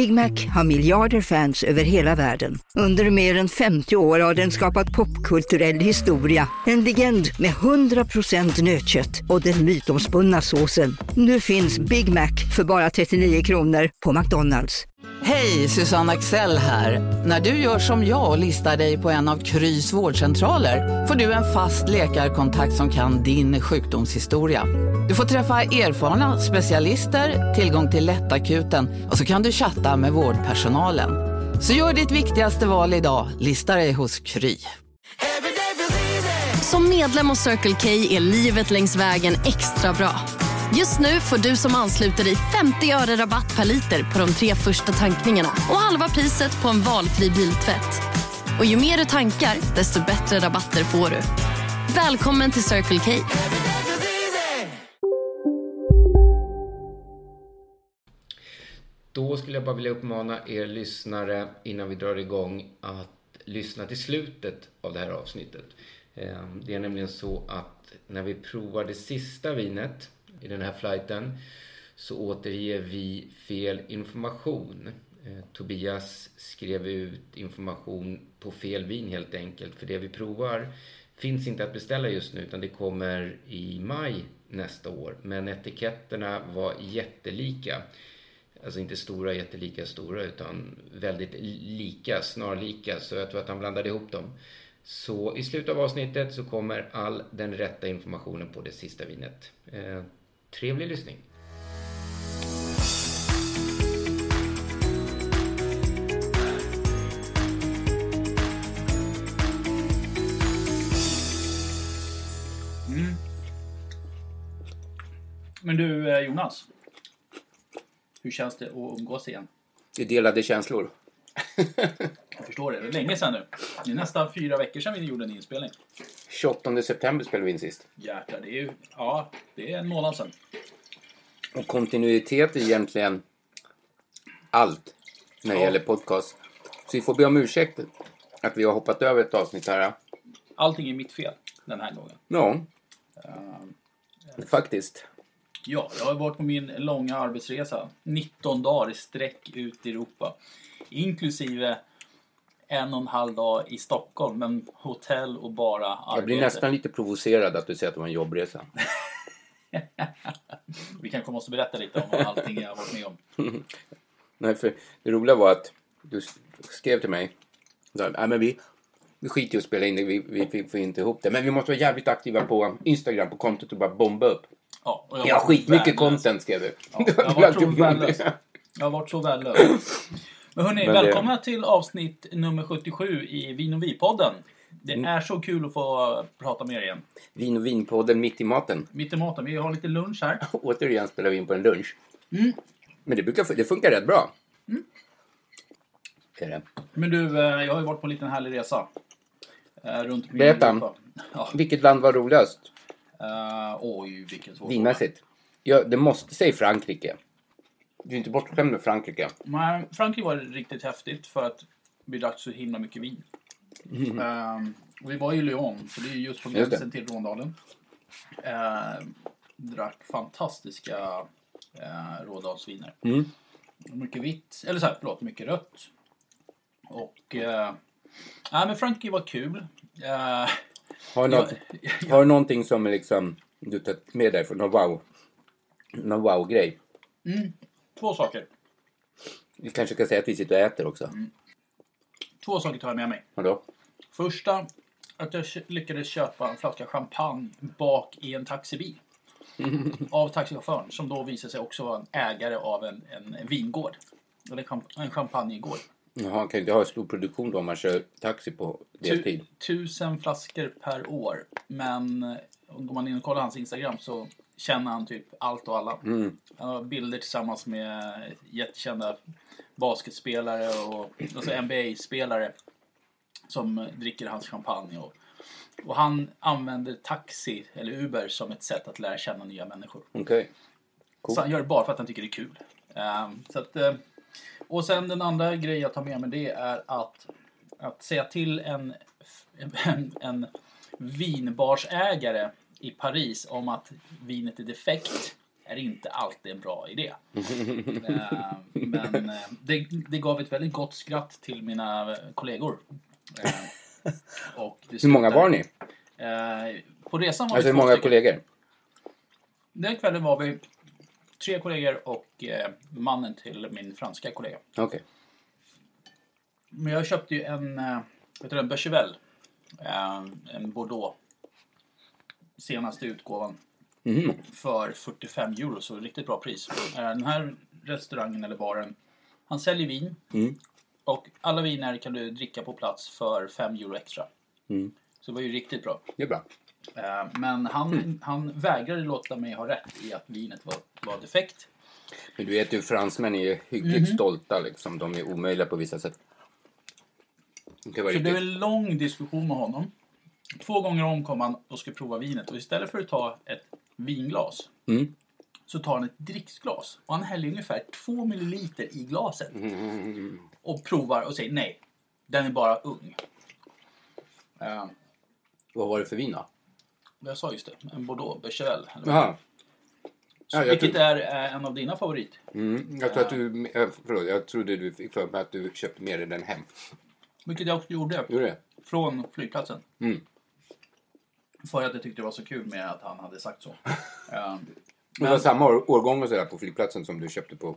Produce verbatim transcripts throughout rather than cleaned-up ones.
Big Mac har miljarder fans över hela världen. Under mer än femtio år har den skapat popkulturell historia. En legend med hundra procent nötkött och den mytomspunna såsen. Nu finns Big Mac för bara trettionio kronor på McDonald's. Hej, Susanne Axel här. När du gör som jag och listar dig på en av Krys vårdcentraler får du en fast läkarkontakt som kan din sjukdomshistoria. Du får träffa erfarna specialister, tillgång till lättakuten och så kan du chatta med vårdpersonalen. Så gör ditt viktigaste val idag, lista dig hos Kry. Som medlem hos Circle K är livet längs vägen extra bra. Just nu får du som ansluter dig femtio öre rabatt per liter på de tre första tankningarna och halva priset på en valfri biltvätt. Och ju mer du tankar, desto bättre rabatter får du. Välkommen till Circle K. Då skulle jag bara vilja uppmana er lyssnare innan vi drar igång att lyssna till slutet av det här avsnittet. Det är nämligen så att när vi provar det sista vinet i den här flighten så återger vi fel information. Eh, Tobias skrev ut information på fel vin helt enkelt. För det vi provar finns inte att beställa just nu utan det kommer i maj nästa år. Men etiketterna var jättelika. Alltså inte stora, jättelika stora utan väldigt lika, snarlika. Så jag tror att han blandade ihop dem. Så i slutet av avsnittet så kommer all den rätta informationen på det sista vinet. Eh, Trevlig lyssning. Mm. Men du Jonas, hur känns det att umgås igen? Det delade känslor. Jag förstår det, det är länge sedan nu. Det är nästan fyra veckor sedan vi gjorde en inspelning. tjugoåttonde september spelade vi in sist. Jäklar, det är ju, ja, det är en månad sedan. Och kontinuitet är egentligen allt när det ja. gäller podcast. Så vi får be om ursäkt att vi har hoppat över ett avsnitt här. Allting är mitt fel den här gången. Ja, uh, faktiskt. Ja, jag har varit på min långa arbetsresa. nitton dagar i sträck ut i Europa. Inklusive en och en halv dag i Stockholm. Men hotell och bara arbete. Jag blir nästan lite provocerad att du säger att det var en jobbresa. Vi kanske måste berätta lite om allting jag har varit med om. Nej, för det roliga var att du skrev till mig. Nej, men vi, vi skiter i att spela in det. Vi, vi, vi får inte ihop det. Men vi måste vara jävligt aktiva på Instagram, på kontot och bara bomba upp. Ja, och jag ja skitmycket content skrev du. Ja, jag har varit så värdelös. Jag har varit så värdelös. Men hörni, men välkomna det... till avsnitt nummer sjuttiosju i Vin och Vi-podden. Det mm. är så kul att få prata med er igen. Vin och Vin-podden mitt i maten. Mitt i maten, vi har lite lunch här. Återigen spelar vi in på en lunch. Mm. Men det, brukar, det funkar rätt bra. Mm. Det är det. Men du, jag har ju varit på en liten härlig resa. Runt Berätta, ja. Vilket land var roligast? Uh, oj, vilken svår vinmässigt. Ja, det måste säga Frankrike. Du är inte bortskämd med Frankrike. Nej, Frankrike var riktigt häftigt för att vi drack så himla mycket vin. Mm. Uh, vi var i Lyon, så det är just på gränsen till Råndalen. Uh, drack fantastiska uh, rådalsviner. Mm. Mycket vitt, eller så här, förlåt, mycket rött. Och uh, nej, men Frankrike var kul. Uh, Har du, något, ja, ja. har du någonting som är liksom du tagit med dig för någon wow någon wow-grej? Mm, två saker. Vi kanske kan säga att vi sitter och äter också. Mm. Två saker tar jag med mig. Vadå? Första, att jag lyckades köpa en flaska champagne bak i en taxibil. Mm. Av taxichauffören, som då visade sig också vara en ägare av en, en vingård. Eller en champagnegård. Jaha, kan inte ha stor produktion då om man kör taxi på deltid? Tusen flaskor per år. Men om man in och kollar hans Instagram så känner han typ allt och alla. Mm. Han har bilder tillsammans med jättekända basketspelare och alltså N B A-spelare som dricker hans champagne. Och, och han använder taxi eller Uber som ett sätt att lära känna nya människor. Okej. Okay. Cool. Så han gör det bara för att han tycker det är kul. Um, så att... Uh, Och sen den andra grejen jag tar med mig, det är att, att säga till en, en, en vinbarsägare i Paris om att vinet är defekt är inte alltid en bra idé. uh, men uh, det, det gav ett väldigt gott skratt till mina kollegor. Uh, och hur många var ni? Uh, på resan var alltså vi hur många stycken. kollegor? Den kvällen var vi tre kollegor och uh, mannen till min franska kollega. Okej. Okay. Men jag köpte ju en, uh, vet du, en Bechevel. Uh, en Bordeaux. Senaste utgåvan. Mm. För fyrtiofem euro, så riktigt bra pris. Den här restaurangen eller baren, han säljer vin. Mm. Och alla viner kan du dricka på plats för fem euro extra. Mm. Så det var ju riktigt bra. Det är bra. Men han, mm. han vägrade låta mig ha rätt i att vinet var, var defekt. Men du vet ju, fransmän är hyggligt mm. stolta liksom. De är omöjliga på vissa sätt. Det var så det var en lång diskussion med honom. Två gånger om kom han och skulle prova vinet. Och istället för att ta ett vinglas mm. så tar han ett dricksglas. Och han häller ungefär två milliliter i glaset. Mm. Och provar och säger nej. Den är bara ung. Uh, Vad var det för vin då? Jag sa just det. En Bordeaux Bechevel. Jaha. Ja, vilket tror... är uh, en av dina favorit. Mm. Jag tror att du... Uh, förlåt, jag trodde du fick för mig att du köpte med dig den hem. Vilket jag också gjorde. Gjorde det? Från flygplatsen. Mm. För att jag tyckte det var så kul med att han hade sagt så. uh, men... Det var samma år, årgång och sådär på flygplatsen som du köpte på?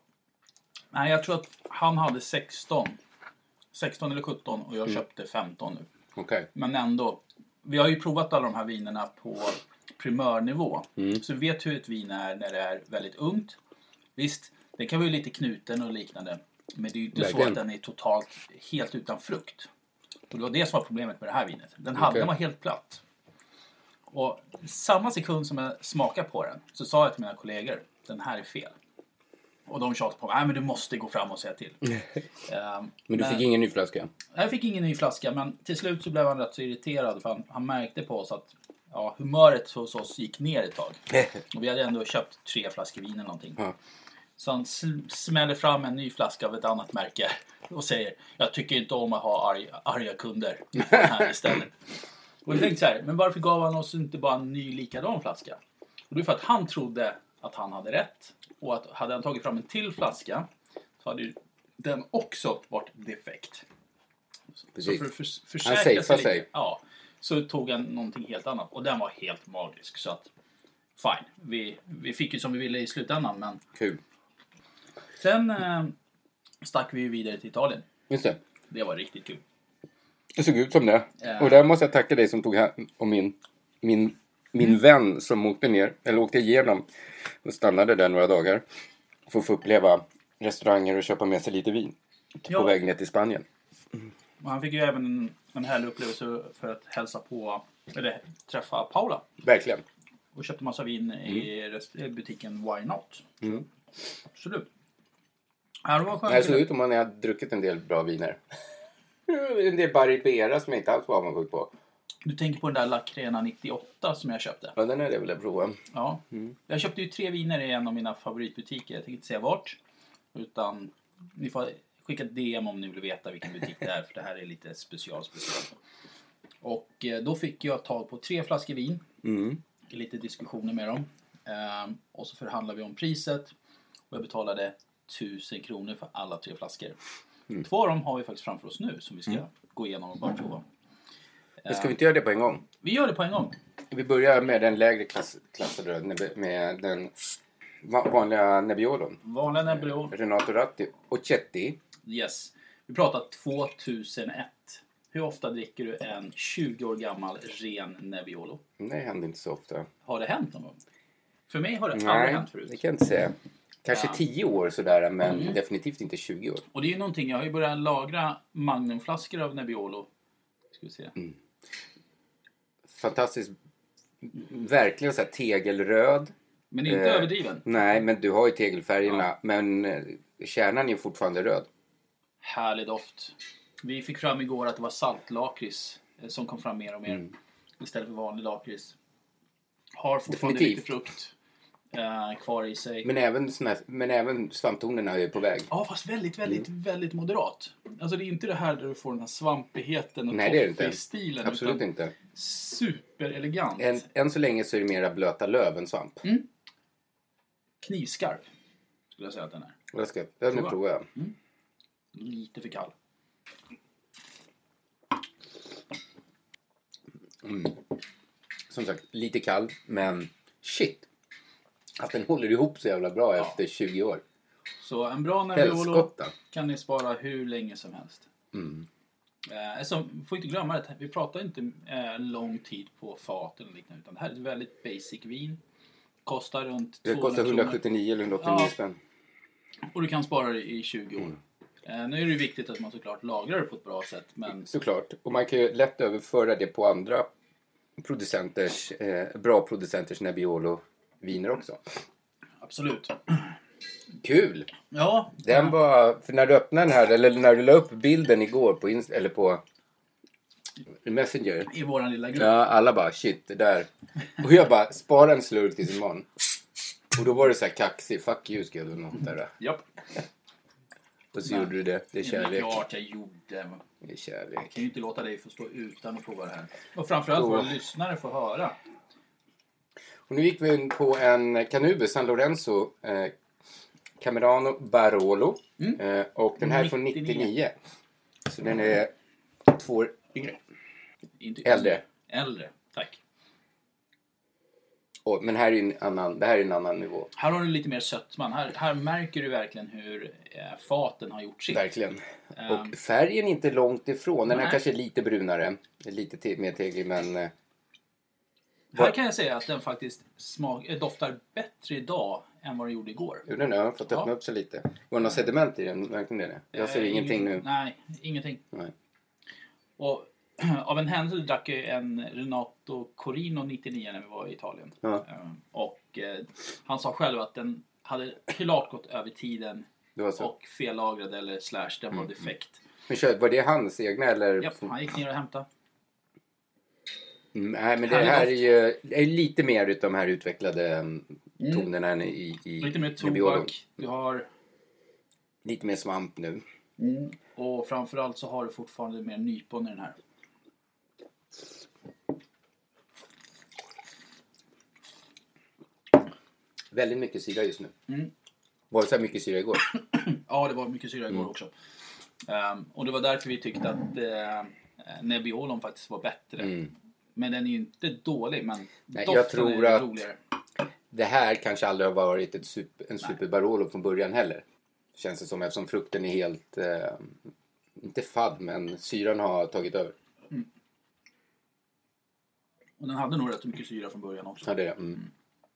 Nej, jag tror att han hade sexton. sexton eller sjutton och jag mm. köpte femton nu. Okay. Men ändå, vi har ju provat alla de här vinerna på primörnivå. Mm. Så vi vet hur ett vin är när det är väldigt ungt. Visst, det kan vara lite knuten och liknande. Men det är ju inte Verkligen. så att den är totalt helt utan frukt. Och det var det som var problemet med det här vinet. Den, hade, okay. den var helt platt. Och samma sekund som jag smakade på den så sa jag till mina kollegor, den här är fel. Och de tjatade på mig, nej men du måste gå fram och säga till. um, men du men, fick ingen ny flaska? Jag fick ingen ny flaska, men till slut så blev han rätt så irriterad. För han, han märkte på oss att ja, humöret hos oss gick ner ett tag. Och vi hade ändå köpt tre flaskor vin eller någonting. Ja. Så han smäller fram en ny flaska av ett annat märke och säger, jag tycker inte om att ha arga, arga kunder här istället. Och jag tänkte så här, men varför gav han oss inte bara en ny likadan flaska? Och det är för att han trodde att han hade rätt. Och att hade han tagit fram en till flaska så hade ju den också varit defekt. Precis. Så för att för, försäkra sig, sig. Lite, ja, så tog han någonting helt annat. Och den var helt magisk. Så att, fine. Vi, vi fick ju som vi ville i slutändan. Men kul. Sen eh, stack vi vidare till Italien. Just det. Det var riktigt kul. Det såg ut som det. Ja. Och där måste jag tacka dig som tog här om min, min, min mm. vän som åkte ner. Eller åkte igenom och stannade där några dagar. För att få uppleva restauranger och köpa med sig lite vin. Ja. På väg ner till Spanien. Mm. Och han fick ju även en, en härlig upplevelse för att hälsa på, eller träffa Paula. Verkligen. Och köpte massa vin mm. i rest- butiken Why Not. Mm. Absolut. Ja, det var skönt. Det såg ut om man hade druckit en del bra viner. En del Baribera som jag inte alls var avundsjuk på. Du tänker på den där Lacrena nittioåtta som jag köpte. Ja, den är det väl att prova. Ja. Mm. Jag köpte ju tre viner i en av mina favoritbutiker. Jag tänker inte säga vart. Utan ni får skicka ett D M om ni vill veta vilken butik det är. För det här är lite special special. Och eh, då fick jag tag på tre flaskor vin. Mm. Lite diskussioner med dem. Ehm, och så förhandlade vi om priset. Och jag betalade tusen kronor för alla tre flaskor. Mm. Två av dem har vi faktiskt framför oss nu som vi ska mm. gå igenom och bara prova. Men ska vi inte göra det på en gång? Vi gör det på en gång. Vi börjar med den lägre klass, klassen, med den vanliga Nebbiolon. Vanliga Nebbiolon. Renato Ratti och Chetti. Yes. Vi pratar tvåtusenett. Hur ofta dricker du en tjugo år gammal ren Nebbiolo? Nej, det händer inte så ofta. Har det hänt någon gång? För mig har det Nej, aldrig hänt förut. Det kan jag inte säga. Kanske ja. tio år sådär, men mm. definitivt inte tjugo år. Och det är ju någonting, jag har ju börjat lagra magnumflaskor av Nebbiolo. Ska vi se. Mm. Fantastiskt. Verkligen så här tegelröd. Men inte eh, överdriven. Nej, men du har ju tegelfärgerna. Ja. Men eh, kärnan är fortfarande röd. Härlig doft. Vi fick fram igår att det var saltlakrits eh, som kom fram mer och mer. Mm. Istället för vanlig lakrits. Har fortfarande lite frukt eh, kvar i sig. Men även, såna, men även svamptonerna är på väg. Ja, fast väldigt, väldigt, mm. väldigt moderat. Alltså det är inte det här där du får den här svampigheten och toffee-stilen. Absolut inte. Superelegant. Än, än så länge så är det mera blöta löv än svamp. Mm. knivskarp. Skulle jag säga att den är. Jag ska, jag nu provar jag. Mm. Lite för kall. Mm. Som sagt, lite kall, men shit. Att den håller ihop så jävla bra ja. efter tjugo år. Så en bra Nebbiolo kan ni spara hur länge som helst. Mm. Eh, så får inte glömma att vi pratar inte eh, lång tid på fat eller liknande, utan det här är ett väldigt basic vin. Kostar runt det kostar hundrasjuttionio eller hundraåttionio ja. spänn. Och du kan spara det i tjugo år. Mm. Eh, nu är det viktigt att man såklart lagrar det på ett bra sätt. Men... Såklart. Och man kan ju lätt överföra det på andra producenters, eh, bra producenters Nebbiolo-viner också. Absolut. Kul! Ja. Den var, för när du öppnade den här, eller när du la upp bilden igår på Inst- eller på Messenger. I våran lilla grupp. Ja, alla bara, shit, det där. Och jag bara, spara en slurk till sin man. Och då var det så här kaxig, fuck you, skrev du något där. Japp. Och så Men, gjorde du det, det är kärlek. Det är klart jag gjorde. Det är kärlek. Jag kan ju inte låta dig få stå utan att prova det här. Och framförallt våra oh. lyssnare får höra. Och nu gick vi in på en Canube San Lorenzo eh, Camerano Barolo. Mm. Eh, och den här är från nittionio. Så den är två år yngre. Inte äldre. Äldre, tack. Oh, men här är en annan, det här är en annan nivå. Här har du lite mer sötman. Här, här märker du verkligen hur eh, faten har gjort sitt. Verkligen. Um, och färgen är inte långt ifrån. Den nej. är kanske lite brunare. Lite te- mer teglig, men... Eh, här kan jag säga att den faktiskt smak, doftar bättre idag än vad den gjorde igår. Jo, den har fått öppna ja. upp sig lite. Var det någon sediment i den? Verkligen det? Jag ser eh, ingenting ing- nu. Nej, ingenting. Nej. Och av en händelse drack jag en Renato Corino nittionio när vi var i Italien. Ja. Och eh, han sa själv att den hade klart gått över tiden och fellagrad eller slash, den mm. var defekt. Men kör, var det hans egna eller? Ja, han gick ner och hämtade. Mm, nej, men det här är ju är lite mer utav de här utvecklade mm. tonerna än i, i lite mer tobak. Du har lite mer svamp nu. Mm. Och framförallt så har du fortfarande mer nypon i den här. Väldigt mycket syra just nu. Mm. Var det så här mycket syra igår? Ja, det var mycket syra igår mm. också. Um, och det var därför vi tyckte att uh, Nebbiolon faktiskt var bättre. Mm. Men den är ju inte dålig, men nej, jag tror är att roligare. Det här kanske aldrig har varit ett super, en super Barolo från början heller. Känns det som, eftersom frukten är helt, uh, inte fadd, men syran har tagit över. Mm. Och den hade nog rätt mycket syra från början också. Ja, det är det. Mm. Mm.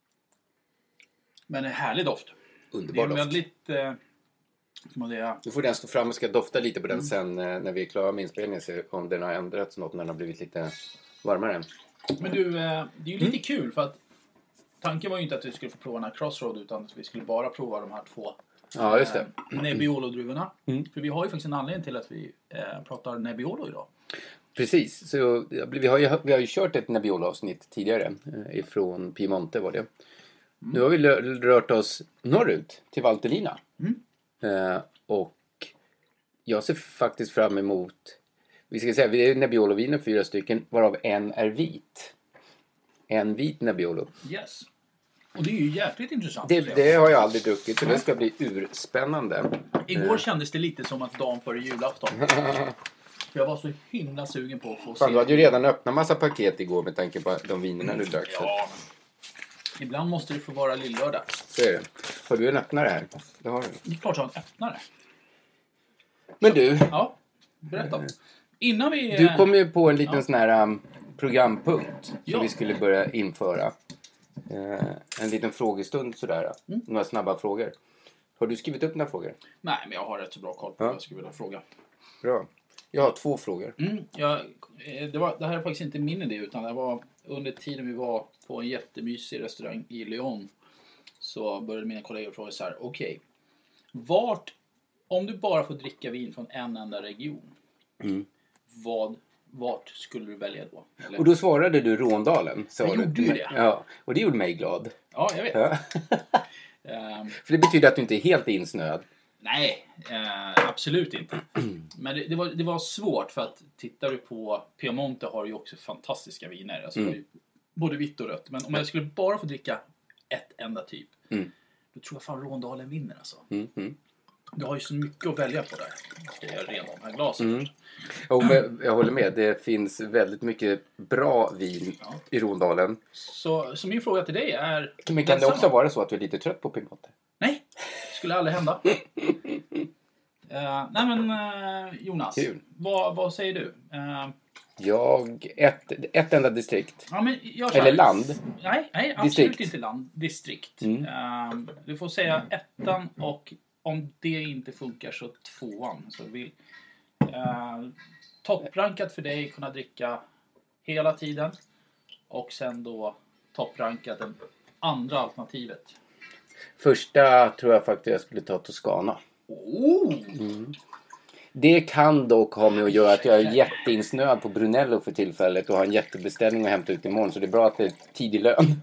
Men en härlig doft. Underbar doft. Det är väldigt... Eh, man säga... Du får den stå fram och ska dofta lite på den mm. sen eh, när vi är klara med inspelningen. Se om den har ändrats något när den har blivit lite varmare. Men du, eh, det är ju lite mm. kul för att tanken var ju inte att vi skulle få prova den här Crossroad utan att vi skulle bara prova de här två ja, just det. Eh, Nebbiolo-druvorna. Mm. För vi har ju faktiskt en anledning till att vi eh, pratar Nebbiolo idag. Precis, så vi har ju, vi har ju kört ett Nebbiolo-avsnitt tidigare eh, ifrån Piemonte var det. Mm. Nu har vi rört oss norrut till Valtellina. Mm. Eh, och jag ser faktiskt fram emot, vi ska säga, vi är Nebbiolo-viner, fyra stycken, varav en är vit. En vit Nebbiolo. Yes. Och det är ju jäkligt intressant. Det, det har jag aldrig druckit, så det ska bli urspännande. Igår kändes det lite som att dagen före julafton. För jag var så himla sugen på att få Fan, se. Du hade ju redan öppnat massa paket igår med tanke på de vinerna du drack. Ja, ibland måste det få vara lillördag. Så är det. Har du en öppnare här? Det har du. Det är klart att jag har en öppnare. Men du. Ja, berätta. Innan vi... Du kom ju på en liten ja. sån här um, programpunkt som ja. vi skulle börja införa. Uh, en liten frågestund sådär. Mm. Några snabba frågor. Har du skrivit upp några frågor? Nej, men jag har rätt så bra koll på ja. vad jag skulle vilja fråga. Bra. Jag har två frågor. Mm, jag, det, var, det här är faktiskt inte min idé utan det var under tiden vi var på en jättemysig restaurang i Lyon. Så började mina kollegor fråga så här: okej, okay, vart, om du bara får dricka vin från en enda region, mm. vad, vart skulle du välja då? Eller? Och då svarade du Råndalen. Jag gjorde du ju det. Ja, och det gjorde mig glad. Ja, jag vet. Ja. um, För det betyder att du inte är helt insnöad. Nej, eh, absolut inte. Men det, det, var, det var svårt för att tittar du på Piemonte har ju också fantastiska viner. Alltså mm. både vitt och rött. Men om jag skulle bara få dricka ett enda typ. Mm. då tror jag fan Råndalen vinner alltså. Mm, mm. Du har ju så mycket att välja på där. Jag ska göra redan de här glasen Mm. först. Och med, jag håller med. Det finns väldigt mycket bra vin Ja. i Rondalen. Så, så min fråga till dig är... Men kan det också vara så att du är lite trött på Piemonte? Nej, skulle aldrig hända. uh, nej men uh, Jonas, vad, vad säger du? Uh, jag, ett, ett enda distrikt. ja, men jag Eller land. Nej, nej absolut Distrikt. inte land. Distrikt. Mm. Uh, du får säga ettan och om det inte funkar så tvåan. Så vill. Uh, topprankat för dig kunna dricka hela tiden. Och sen då topprankat den andra alternativet. Första tror jag faktiskt jag skulle ta Toscana. Oh! Mm. Det kan dock ha med att göra att jag är jätteinsnöad på Brunello för tillfället och har en jättebeställning att hämta ut imorgon, så det är bra att det är tidig lön.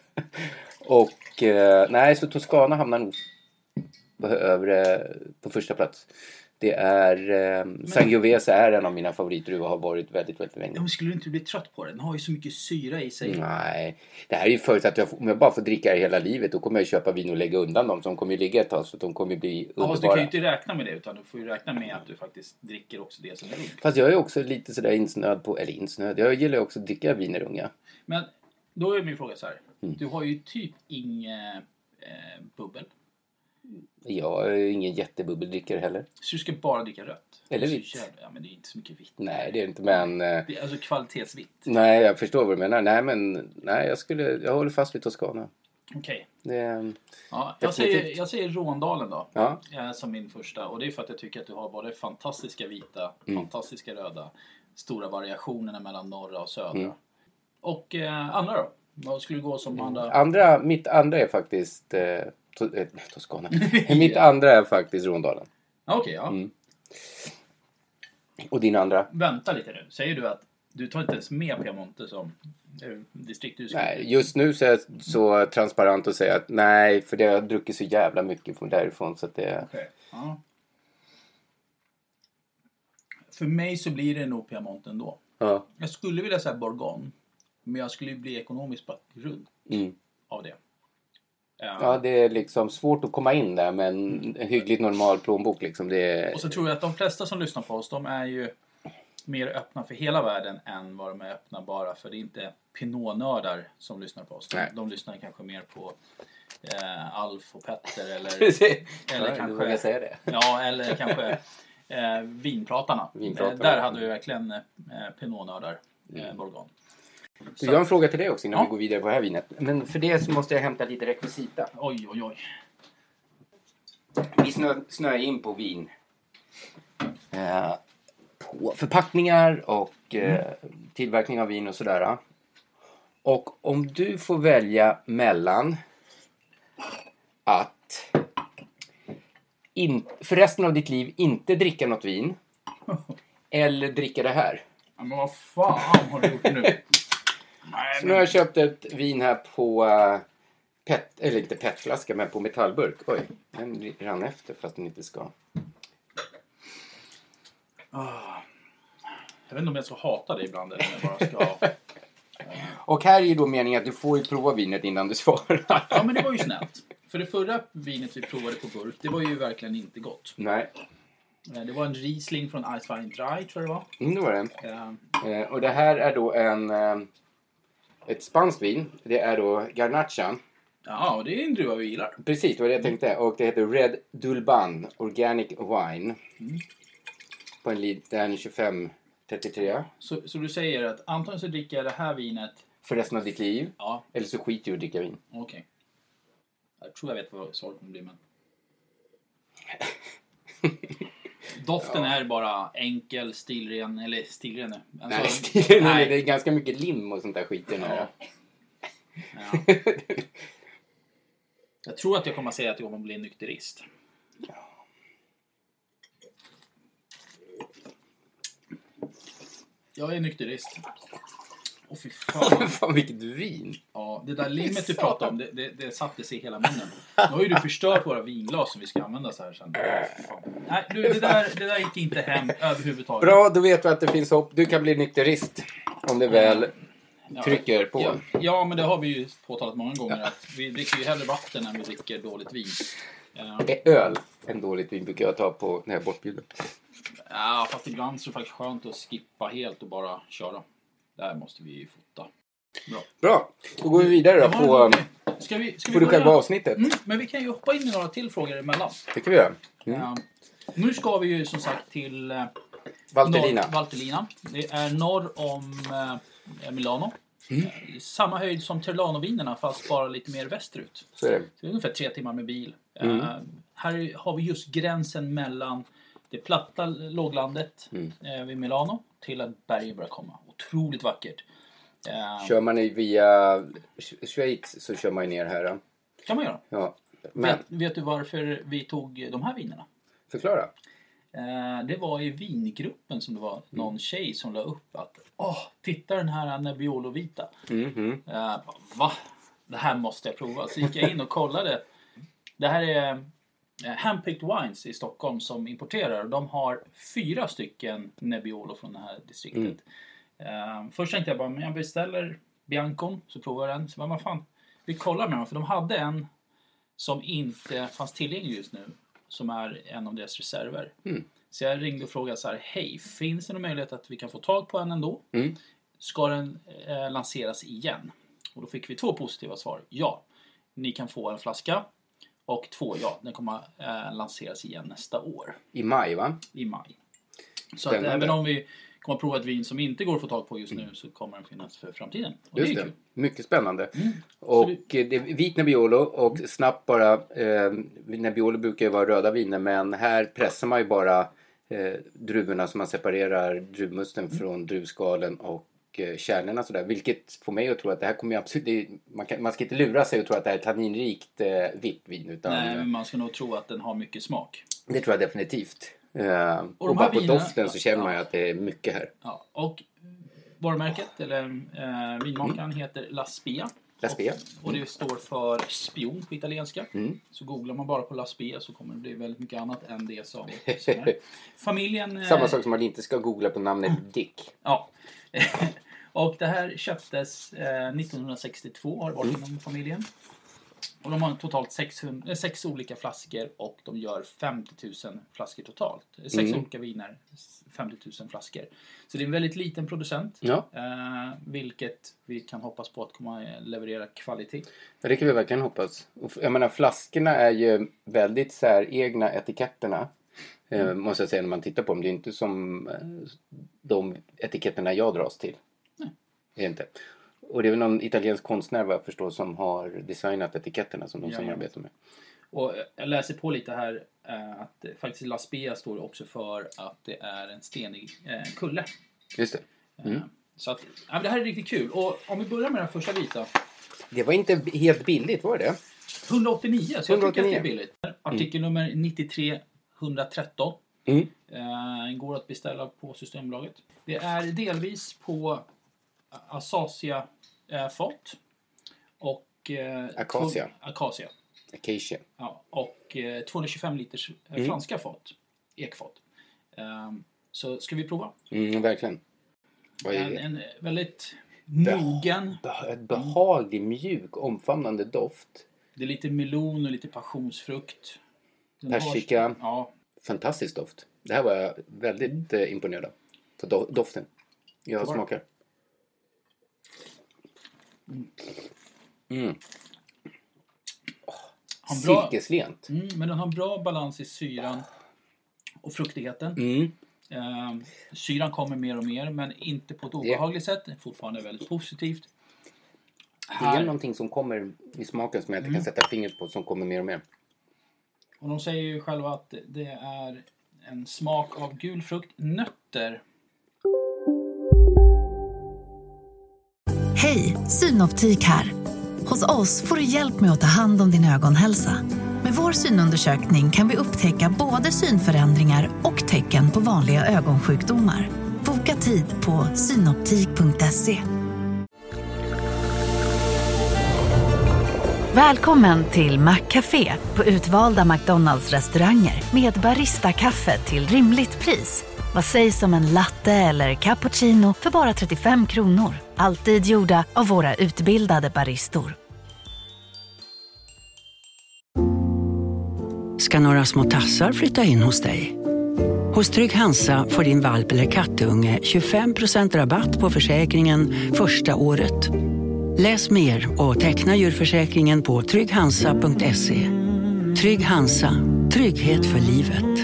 Och eh, nej, så Toscana hamnar nog på, övre, på första plats. Det är eh, Sangiovese är en av mina favoriter och har varit väldigt, väldigt länge. Ja, men skulle du inte bli trött på den? Den har ju så mycket syra i sig. Nej, det här är ju förutsatt att jag, om jag bara får dricka det hela livet, då kommer jag köpa vin och lägga undan dem, som kommer ju ligga ett tag, så att de kommer bli underbara. Ja, fast du kan ju inte räkna med det, utan du får ju räkna med att du faktiskt dricker också det som är ungt. Fast jag är också lite sådär insnöd på, eller insnöd, jag gillar ju också att dricka viner unga. Men då är min fråga så här. Mm. Du har ju typ inget eh, bubbel. Jag är ingen jättebubbeldrickare heller. Så du ska bara dricka rött. Eller Så vitt. jävla- Ja, men det är inte så mycket vitt. Nej, det är det inte, men... eh, Det är alltså kvalitetsvitt. Nej, jag förstår vad du menar. Nej, men nej, jag skulle, jag håller fast vid Toscana. Okej. Det, Ja, jag, Definitivt. säger, jag säger Råndalen då. ja, Eh, som min första. Och det är för att jag tycker att du har både fantastiska vita, Mm. fantastiska röda. Stora variationerna mellan norra och södra. Mm. Och eh, andra då? Vad skulle gå som andra? andra, mitt andra är faktiskt eh, to, eh, Toscana. Mitt andra är faktiskt Rondalen. Ja, Okej, ja. Mm. Och din andra? Vänta lite nu. Säger du att du tar inte ens med Piemonte som eh, distrikt du skulle... Nej, just nu så är jag så transparent och säger att nej, för det har jag druckit så jävla mycket från därifrån, så att det... Okej, ja. För mig så blir det nog Piemonte ändå. Ja. Jag skulle vilja säga Bourgogne. Men jag skulle ju bli ekonomiskt på grund Mm. av det. Ja. Ja, det är liksom svårt att komma in där, men en hyggligt normal plånbok liksom, det är... Och så tror jag att de flesta som lyssnar på oss, de är ju mer öppna för hela världen än vad de är öppna bara för det är inte pinotnördar som lyssnar på oss. De, Nej. de lyssnar kanske mer på eh, Alf och Petter eller, Precis. eller Ja, du kanske vågar säga det. ja, eller kanske eh, vinpratarna. Vinpratarna. Eh, där hade vi verkligen eh, pinotnördar eh, Bourgogne. Så jag har en fråga till dig också innan Ja. vi går vidare på det här vinet. Men för det så måste jag hämta lite rekvisita. Oj, oj, oj. Vi snö, snöar in på vin. Eh, på förpackningar och eh, tillverkning av vin och sådär. Och om du får välja mellan att in, för resten av ditt liv inte dricka något vin eller dricka det här. Ja, men vad fan har du gjort nu? Nej, Så nu har jag köpt ett vin här på uh, pet, eller inte petflaska, men på metallburk. Oj, den rann efter fast den inte ska. Ah. Jag vet inte om jag ska hata dig ibland eller om jag bara ska... Och här är ju då meningen att du får ju prova vinet innan du svarar. Ja, men det var ju snällt. För det förra vinet vi provade på burk, det var ju verkligen inte gott. Nej, Eh, Det var en Riesling från Eiswein Dry, tror jag det var. mm, det var det. Eh, Eh, och det här är då en, eh, ett spanskt vin. Det är då Garnacha. Ja, och det är en druva vi gillar. Precis, det var det jag tänkte. Och det heter Red Dulban Organic Wine. Mm. På en liten tjugofem trettiotre. Så, så du säger att antingen så dricker jag det här vinet. För resten av ditt liv. Ja, Eller så skiter du i att dricka vin. okej. Jag tror jag vet vad svaret kommer bli, men... Doften är bara enkel, stilren, eller stilren. Alltså, Nej, det nej. är ganska mycket lim och sånt där skit i den här. Ja. Jag tror att jag kommer att säga att jag kommer att bli en nykterist. Jag är nykterist. Åh fy fan. Fan vilket vin. Ja, det där limmet du pratade om, det, det, det satte sig i hela munnen. Nu har ju du förstört våra vinglas som vi ska använda så här sen. Fan. Nej, du, det där, det där gick inte hem överhuvudtaget. Bra, då vet du att det finns hopp. Du kan bli nykterist. Om det väl Ja. trycker på. Ja, ja, men det har vi ju påtalat många gånger. Ja. Att vi dricker ju hellre vatten än vi dricker dåligt vin. Uh. Öl än dåligt vin brukar jag ta på när jag är bortbjuden. Ja, fast ibland så är det faktiskt skönt att skippa helt och bara köra. Där måste vi fota. Bra. Bra. Då går vi vidare då på, ska vi, ska på vi det själva avsnittet. Mm, men vi kan ju hoppa in i några till frågor emellan. Det kan vi göra. Mm. Uh, nu ska vi ju som sagt till uh, Valtellina. Norr, Valtellina. Det är norr om uh, Milano. Mm. Uh, samma höjd som Terlano-vinerna fast bara lite mer västerut. Så är det. Så det är ungefär tre timmar med bil. Mm. Uh, här har vi just gränsen mellan det platta låglandet mm. uh, vid Milano till att bergen börjar komma. Otroligt vackert. Uh, kör man via Schweiz så kör man ner här. Då. Kan man göra. Ja. Men... Vet, vet du varför vi tog de här vinerna? Förklara. Uh, det var i vingruppen som det var någon mm. tjej som la upp att åh, titta den här Nebbiolo Vita. Mm-hmm. Uh, va? Det här måste jag prova. Så gick jag in och kollade. Det här är uh, Handpicked Wines i Stockholm som importerar. De har fyra stycken Nebbiolo från det här distriktet. Mm. Uh, först tänkte jag bara, men jag beställer Biancon så provar jag den. Så bara, vad fan, vi kollar med dem. För de hade en som inte fanns tillgänglig just nu. Som är en av deras reserver. Mm. Så jag ringde och frågade så här, hej, finns det någon möjlighet att vi kan få tag på en ändå? Mm. Ska den eh, lanseras igen? Och då fick vi två positiva svar. Ja, ni kan få en flaska. Och två, ja, den kommer eh, lanseras igen nästa år. I maj, va? I maj. Så att, även om vi kommer att prova ett vin som inte går att få tag på just nu mm. så kommer den finnas för framtiden. Och just det är det, kul. Mycket spännande. Mm. Och vi... det är vit Nebbiolo och mm. snabbt bara, eh, Nebbiolo brukar ju vara röda viner men här pressar man ju bara eh, druvorna som man separerar druvmusten mm. från druvskalen och eh, kärnorna sådär. Vilket får mig att tro att det här kommer absolut, det, man, kan, man ska inte lura sig och tro att det här är tanninrikt eh, vitt vin. Utan, nej, men man ska nog tro att den har mycket smak. Det tror jag definitivt. Uh, och, och bara på viner, doften så känner man ju att det är mycket här. Ja, och varumärket eller uh, vinmakaren mm. heter La Spia. La Spia. Och, och det står för spion på italienska. Mm. Så googlar man bara på La Spia så kommer det bli väldigt mycket annat än det som, som är. Familjen... Samma sak som man inte ska googla på namnet Dick. Ja. Och det här köptes uh, nittonhundrasextiotvå har det varit inom mm. familjen. Och de har totalt sexhundra, sex olika flaskor och de gör femtio tusen flaskor totalt. Sex mm. olika viner, femtio tusen flaskor. Så det är en väldigt liten producent. Ja. Eh, vilket vi kan hoppas på att komma leverera kvalitet. Ja, det kan vi verkligen hoppas. Jag menar, flaskorna är ju väldigt så här egna etiketterna. Mm. Eh, måste jag säga när man tittar på dem. Det är inte som eh, de etiketterna jag dras till. Nej. Det är inte. Och det är väl någon italiensk konstnär vad jag förstår som har designat etiketterna som de ja, samarbetar med. Och jag läser på lite här äh, att faktiskt La Spia står också för att det är en stenig äh, kulle. Just det. Mm. Äh, så att, ja, det här är riktigt kul. Och om vi börjar med den första vita. Det var inte helt billigt, var det? hundraåttionio, så jag tycker att det är billigt. Artikel nummer mm. nittiotre etthundratretton. Mm. Äh, går att beställa på Systembolaget. Det är delvis på Acacia äh, fat och äh, Acacia. Två, Acacia. Acacia. Ja, och äh, tvåhundratjugofem liters äh, mm. franska fat. Ekfat. Um, så ska vi prova? Mm, verkligen. Vad är en, en väldigt mogen. Be- behaglig, mjuk, omfamnande doft. Det är lite melon och lite passionsfrukt. Den persika. Har, ja. Fantastisk doft. Det här var jag väldigt mm. imponerad av. På do- doften. Jag Var. smakar. Mm. Oh, silkeslent. Mm, men den har bra balans i syran och fruktigheten. Mm. Eh, syran kommer mer och mer, men inte på ett obehagligt yeah. sätt. Fortfarande väldigt positivt. Det är här. Någonting som kommer i smaken som jag inte mm. kan sätta fingret på, som kommer mer och mer. Och de säger ju själva att det är en smak av gul frukt, nötter. Hej, Synoptik här. Hos oss får du hjälp med att ta hand om din ögonhälsa. Med vår synundersökning kan vi upptäcka både synförändringar och tecken på vanliga ögonsjukdomar. Boka tid på synoptik punkt se. Välkommen till McCafé på utvalda McDonalds-restauranger med barista-kaffe till rimligt pris. Vad sägs om en latte eller cappuccino för bara trettiofem kronor? Alltid gjorda av våra utbildade baristor. Ska några små tassar flytta in hos dig? Hos Trygg Hansa får din valp eller kattunge tjugofem procent rabatt på försäkringen första året. Läs mer och teckna djurförsäkringen på trygg hansa punkt se. Trygg Hansa, trygghet för livet.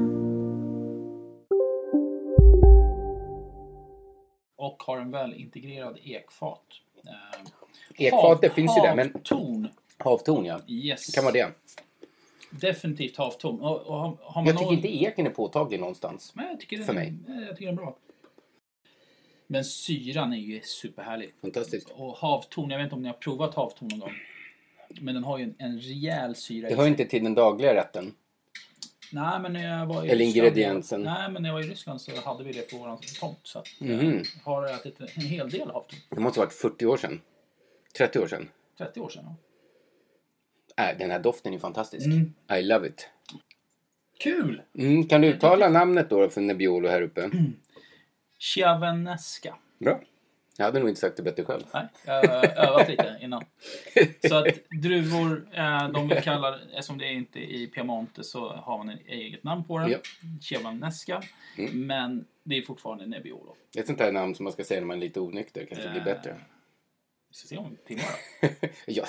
Och har en väl integrerad ekfat. Eh, Ekfat, det finns ju där, men... Havtorn. Havtorn, ja. Yes. Kan vara det. Definitivt havtorn. Och, och har, har man Jag tycker någon... inte eken är påtaglig någonstans. Nej, jag tycker det, för mig. Jag tycker den är bra. Men syran är ju superhärlig. Fantastiskt. Och havtorn, jag vet inte om ni har provat havtorn någon gång. Men den har ju en, en rejäl syra. Det hör inte till den dagliga rätten. Nej, men när jag var i Eller Ryssland, ingrediensen. Nej, men när jag var i Ryssland så hade vi det på våran tomt. Så att Mhm. jag har ätit en hel del havtorn. Det måste ha varit fyrtio år sedan. trettio år sedan. trettio år sedan. Ja. Äh, den här doften är fantastisk. Mm. I love it. Kul! Mm, kan du uttala namnet då för Nebbiolo här uppe? Chiavenesca. Bra. Jag hade nog inte sagt det bättre själv. Nej, jag har övat lite innan. Så att druvor, eh, de vi kallar, eftersom det är inte i Piemonte så har man ett eget namn på den. Ja. Chiavenesca. Mm. Men det är fortfarande Nebbiolo. Det är ett sånt här namn som man ska säga när man är lite onykter. Kanske blir Eh. bättre. Vi ska se om timmar då. Ja.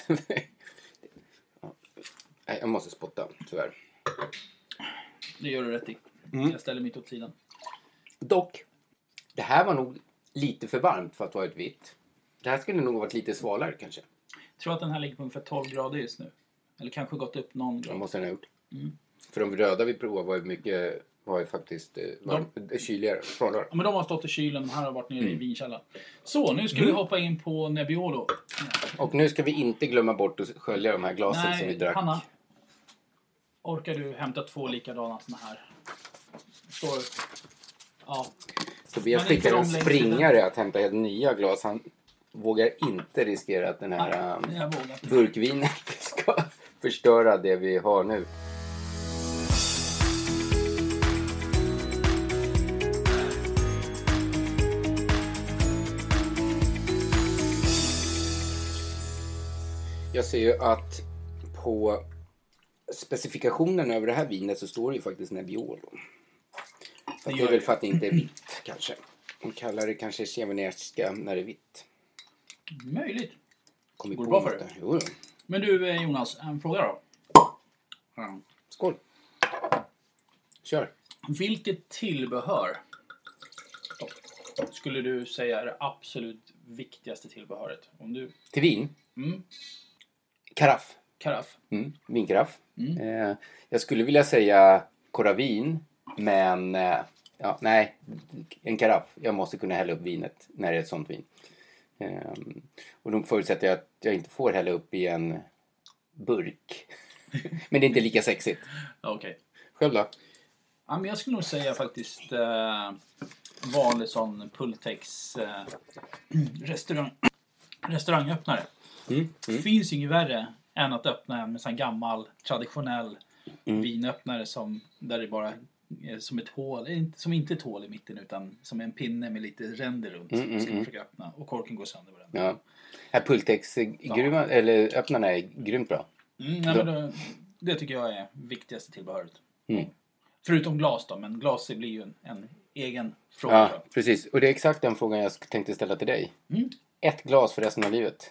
Nej, jag måste spotta, tyvärr. Det gör du rätt i. Mm. Jag ställer mitt åt sidan. Dock, det här var nog lite för varmt för att vara ett vitt. Det här skulle nog ha varit lite svalare kanske. Jag tror att den här ligger på ungefär tolv grader just nu. Eller kanske gått upp någon Det grad. måste den ha gjort. Mm. För de röda vi provade var ju mycket, var ju faktiskt eh, var, de... kyligare. Frånare. Ja, men de har stått i kylen. De här har varit nere i Mm. vinkällaren. Så, nu ska Mm. vi hoppa in på Nebbiolo. Och nu ska vi inte glömma bort att skölja de här glasen som vi Nej, drack. Hanna. Orkar du hämta två likadana såna här? Står... Ja. Tobias Men inte skickar en de längst springare att hämta helt nya glas. Han vågar inte riskera att den här Nej, jag vågar inte. burkvinet ska förstöra det vi har nu. Jag ser ju att på specifikationen över det här vinet så står det ju faktiskt Nebbiolo. Fast det är väl för att det inte är vitt kanske. De kallar det kanske Chiavenesca när det är vitt. Möjligt. Kom vi Går på det bra för något dig? där? Jo, då. Men du eh, Jonas, en fråga då. Ja. Skål. Kör. Vilket tillbehör skulle du säga är det absolut viktigaste tillbehöret? Om du... Till vin. Mm, Karaff. karaff. Mm. Vinkaraff. Mm. Eh, jag skulle vilja säga koravin. Men eh, ja, nej. En karaff. Jag måste kunna hälla upp vinet när det är ett sånt vin. Eh, och då förutsätter jag att jag inte får hälla upp i en burk. Men det är inte lika sexigt. Ja, okej. Själv då? Ja, men jag skulle nog säga faktiskt eh, vanlig sån Pultex eh, restaurang, restaurangöppnare. Mm. Mm. Finns ju inget värre än att öppna en med sån gammal traditionell Mm. vinöppnare som där det bara är som ett hål, inte- som inte är ett hål i mitten utan som en pinne med lite ränder runt Mm, mm, som mm. man försöker öppna och korken går sönder på den. Ja. Här Pultex-gruvan, eller öppnarna är grymt bra. Mm, nej, men det, det tycker jag är viktigaste tillbehöret. Mm. Förutom glas då, men glas blir ju en, en egen fråga. Ja, precis. Och det är exakt den frågan jag tänkte ställa till dig. Mm. Ett glas för resten av livet.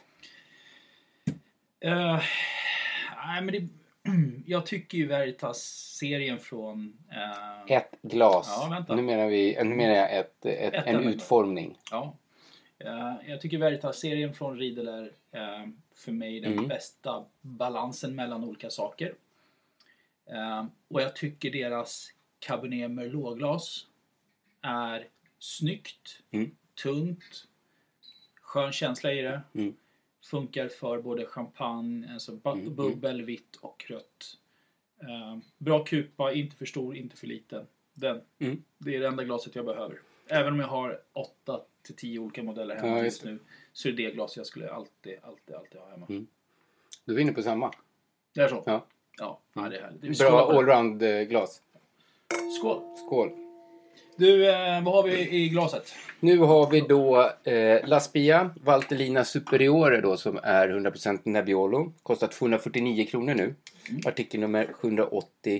Uh, nej, men det, jag tycker ju Veritas-serien från... Uh, Ett glas. Ja, vänta. Nu menar, vi, nu menar jag ett, ett, Ett en enda. utformning. Ja. Uh, jag tycker Veritas-serien från Riedel är uh, för mig den Mm. bästa balansen mellan olika saker. Uh, och jag tycker deras Cabernet Merlot-glas är snyggt, Mm. tunt, skön känsla i det. Mm. Funkar för både champagne, alltså bu- Mm, bubbel, vitt och rött. Uh, bra kupa, inte för stor, inte för liten. Den. Mm. Det är det enda glaset jag behöver. Även om jag har åtta till tio olika modeller hemma Ja, just just nu. Så är det det glas jag skulle alltid, alltid, alltid ha hemma. Mm. Du är inne på samma. Det är så? Ja. Ja, ja det är härligt. Skål Bra på det. allround-glas. Skål! Skål. Du, eh, vad har vi i glaset? Nu har vi då eh, La Spia Valtellina Superiore då, som är hundra procent Nebbiolo. Kostar tvåhundrafyrtionio kronor nu. Mm. Artikelnummer sjuhundraåttio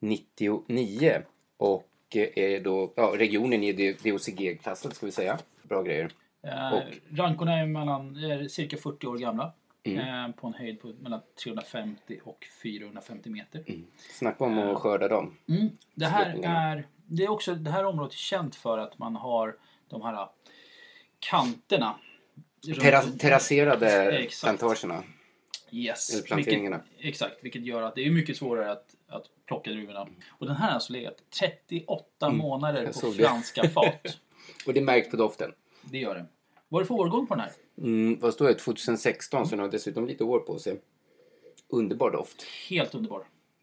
nittionio. Och eh, är då, ja, regionen är D O C G-klassen, ska vi säga. Bra grejer. Eh, och rankorna är, mellan, är cirka fyrtio år gamla. Mm. Eh, på en höjd på mellan trehundrafemtio och fyrahundrafemtio meter. Mm. Snacka om att skörda dem. Mm. Det här är... Det är också, det här området är känt för att man har de här kanterna. Terras, terrasserade plantagerna. Yes. Eller planteringarna. Vilket, exakt, vilket gör att det är mycket svårare att, att plocka druvorna. Och den här har alltså legat trettioåtta mm. månader på franska det. fat. Och det märks på doften. Det gör det. Vad är det för årgång på den här? Mm, vad står det? tjugohundrasexton, mm. så den har dessutom lite år på sig. Underbar doft. Helt underbar.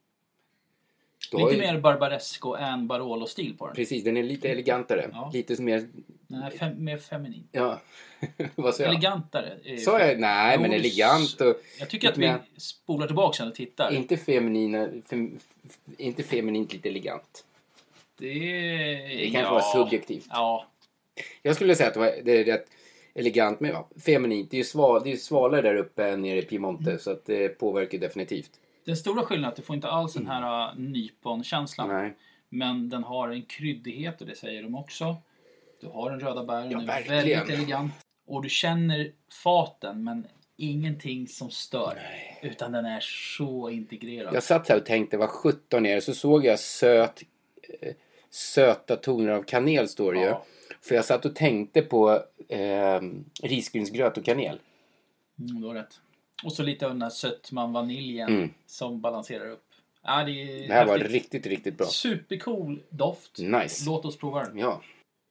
Lite ju... mer barbaresco än Barolo-stil på den. Precis, den är lite elegantare. Ja. Lite mer... Nej, fem, mer feminin. Ja, vad sa jag? Elegantare. Så jag? Nej, jo, men elegant. Och... Jag tycker att vi mer... spolar tillbaka sen och tittar. Inte feminin, fem... inte feminint, lite elegant. Det, det kan ja. vara subjektivt. Ja. Jag skulle säga att det, var, det är rätt elegant, men ja, feminint. Det är ju sval, det är svalare där uppe nere i Piemonte, mm. så att det påverkar definitivt. Den stora skillnaden är att du får inte alls den här mm. nypon-känslan. Nej. Men den har en kryddighet, och det säger de också. Du har en röda bär, den ja, är väldigt elegant. Och du känner faten, men ingenting som stör. Nej. Utan den är så integrerad. Jag satt här och tänkte, vad sjutton är det? Så såg jag söt, äh, söta toner av kanel, står det ju. Ja. För jag satt och tänkte på äh, risgrynsgröt och kanel. Mm, du har rätt. Och så lite av den här sötman vaniljen mm. som balanserar upp. Ja, det, är det här häftigt. Var riktigt, riktigt bra. Supercool doft. Nice. Låt oss prova den. Ja.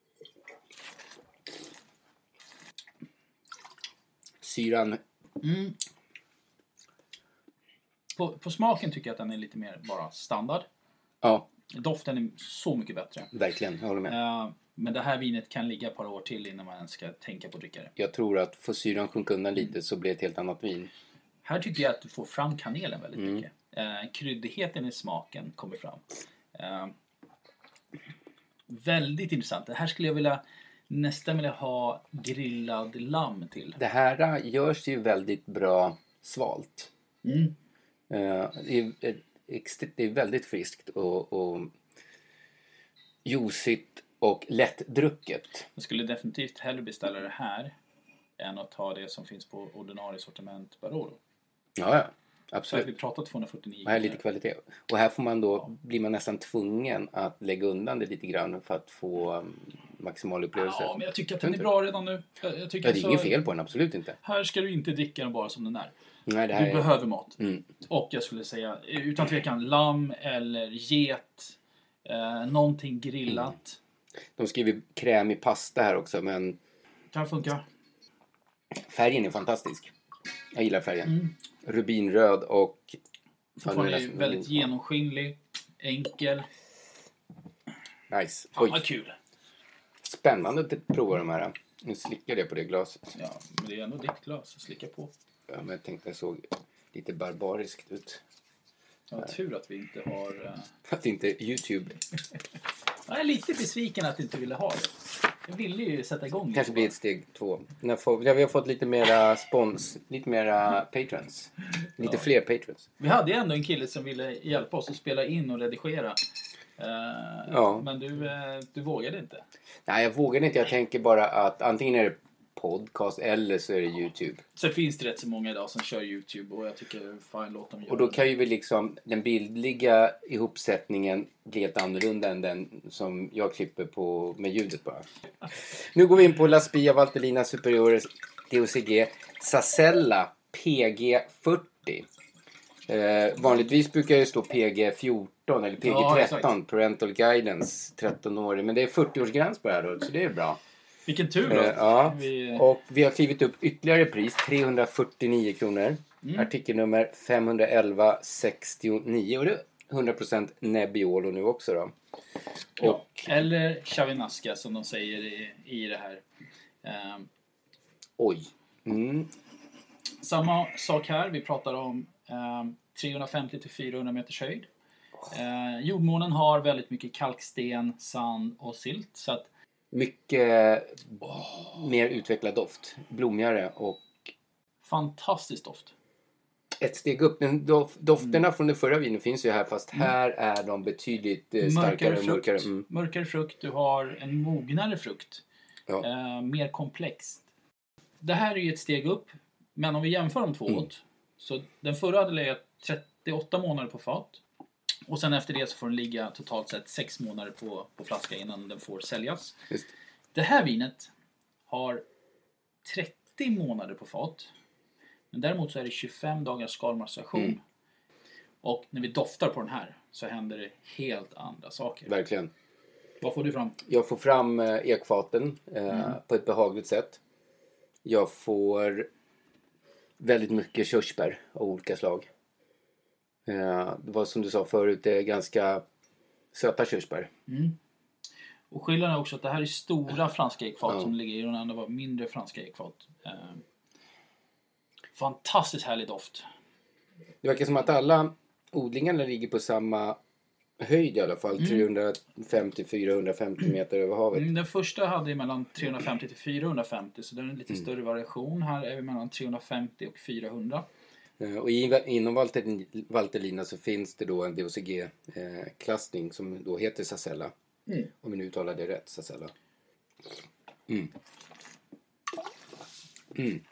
Syran. Mm. På, på smaken tycker jag att den är lite mer bara standard. Ja. Doften är så mycket bättre. Verkligen, jag håller med. Uh, men det här vinet kan ligga ett par år till innan man ska tänka på att dricka det. Jag tror att får syran sjunka undan lite mm. så blir det ett helt annat vin. Här tycker jag att du får fram kanelen väldigt mm. mycket. Uh, kryddigheten i smaken kommer fram. Uh, väldigt intressant. Det här skulle jag vilja nästan vilja ha grillad lamm till. Det här görs ju väldigt bra svalt. Mm. Uh, det, är, det är väldigt friskt och, och juicigt och lättdrucket. Jag skulle definitivt hellre beställa det här än att ta det som finns på ordinarie sortiment Barolo. Ja, ja. Absolut. Vi pratat tvåhundrafyrtionio. Och här är lite kvalitet. Och här får man då, ja. blir man nästan tvungen att lägga undan det lite grann för att få um, maximal upplevelse. Ja, men jag tycker att den är bra redan nu. Jag, jag tycker ja, det är inget fel på den, absolut inte. Här ska du inte dricka den bara som den är. Nej, det här du är... behöver mat. Mm. Och jag skulle säga, utan tvekan, lamm eller get. Eh, någonting grillat. Mm. De skriver kräm i pasta här också, men... Kan funka. Färgen är fantastisk. Jag gillar färgen. Mm. Rubinröd och... Den är väldigt genomskinlig. Enkel. Nice. Fan vad kul. Spännande att prova de här. Nu slickar jag på det glaset. Ja, men det är ändå ditt glas att slicka på. Ja, men jag tänkte det såg lite barbariskt ut. Ja, tur att vi inte har... Uh... Att inte YouTube... Jag är lite besviken att du inte ville ha det. Jag ville ju sätta igång. Kanske blir ett steg två. När får, vi har fått lite mera spons, lite mera patrons. Lite ja. fler patrons. Vi hade ju ändå en kille som ville hjälpa oss att spela in och redigera. Uh, ja. Men du, uh, du vågade inte. Nej, jag vågade inte. Jag tänker bara att antingen är det podcast eller så är det YouTube. Så finns det rätt så många idag som kör YouTube och jag tycker fine, låt dem göra. Och då kan ju vi liksom den bildliga ihopsättningen bli helt annorlunda än den som jag klipper på med ljudet bara. Nu går vi in på La Spia Valtellina Superiore D O C G Sassella P G fyrtio. Eh, vanligtvis brukar det stå P G fjorton eller P G tretton, ja, Parental Guidance tretton år, men det är fyrtio-årsgräns på det här då, så det är bra. Vilken tur då. Eh, ja. vi... Och vi har klivit upp ytterligare pris, trehundrafyrtionio kronor. Mm. Artikelnummer femhundraelva sextionio. Och det är hundra procent Nebbiolo nu också då. Ja. Och... Eller Chavinasca som de säger i, i det här. Um... Oj. Mm. Samma sak här. Vi pratar om um, trehundrafemtio till fyrahundra meters höjd. Eh, jordmånen har väldigt mycket kalksten, sand och silt. Så att, mycket oh. mer utvecklad doft. Blommigare och... fantastiskt doft. Ett steg upp. Den dof, dofterna mm. från den förra vinen finns ju här. Fast mm. här är de betydligt eh, starkare och mörkare. Mm. Mörkare frukt. Du har en mognare frukt. Ja. Eh, mer komplext. Det här är ju ett steg upp. Men om vi jämför de två mm. åt. Så den förra hade legat trettioåtta månader på fat. Och sen efter det så får den ligga totalt sett sex månader på, på flaska innan den får säljas. Just. Det här vinet har trettio månader på fat. Men däremot så är det tjugofem dagars skalmaceration. Mm. Och när vi doftar på den här så händer det helt andra saker. Verkligen. Vad får du fram? Jag får fram eh, ekfaten eh, mm. på ett behagligt sätt. Jag får väldigt mycket körsbär av olika slag. Eh, det var som du sa förut, det är ganska söta körsbär. Mm. Och skillnaden är också att det här är stora franska ekfat ja. som ligger i, och den andra var mindre franska ekfat. Eh, fantastiskt härlig doft. Det verkar som att alla odlingarna ligger på samma höjd i alla fall. Mm. trehundrafemtio till fyrahundrafemtio meter över havet. Mm, den första hade mellan trehundrafemtio till fyrahundrafemtio. Så det är en lite mm. större variation. Här är vi mellan trehundrafemtio och fyrahundra. Och i, inom Valter, Valtellina så finns det då en D O C G-klassning eh, som då heter Sasella. Mm. Om vi nu uttalar det rätt, Sasella. Mm. Mm.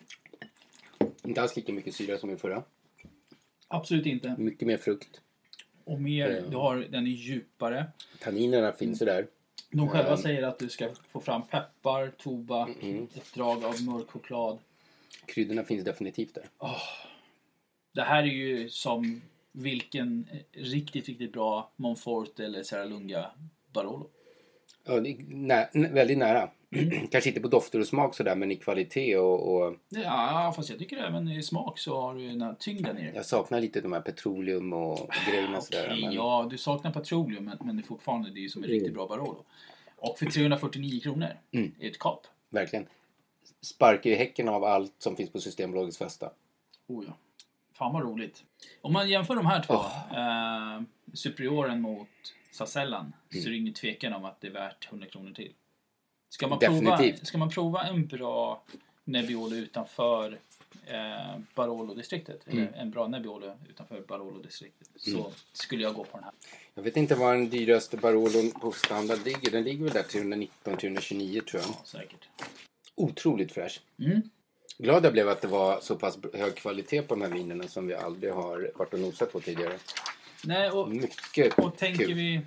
Inte alls lika mycket syra som i förra. Absolut inte. Mycket mer frukt. Och mer, mm. du har, den är djupare. Tanninerna finns ju där. De själva mm. säger att du ska få fram peppar, tobak, mm. ett drag av mörk choklad. Kryddorna finns definitivt där. Oh. Det här är ju som vilken riktigt, riktigt bra Monfort eller Serralunga Barolo. Ja, det är nä- väldigt nära. Mm. Kanske inte på dofter och smak sådär, men i kvalitet och... och... Ja, fast jag tycker även i smak så har du den här tyngden i det. Jag saknar lite de här petroleum och, och grejerna sådär. Okej, men... ja, du saknar petroleum, men, men det är fortfarande det är som en mm. riktigt bra Barolo. Och för trehundrafyrtionio kronor mm. är ett kap. Verkligen. Sparkar ju häcken av allt som finns på Systembolagets festa. Oh ja. Fan vad roligt. Om man jämför de här två, oh. eh, Superioren mot Sasellan, mm. så är det ingen tvekan om att det är värt hundra kronor till. Ska man, prova, ska man prova en bra Nebbiolo utanför eh, Barolo-distriktet, mm. eller en bra Nebbiolo utanför Barolo-distriktet, så mm. skulle jag gå på den här. Jag vet inte var den dyraste Barolon på standard ligger. Den ligger väl där trehundranitton till trehundratjugonio tror jag. Ja, säkert. Otroligt fräsch. Mm. Glad jag blev att det var så pass hög kvalitet på de här vinerna som vi aldrig har varit och nosat på tidigare. Nej, och, mycket och tänker kul. Vi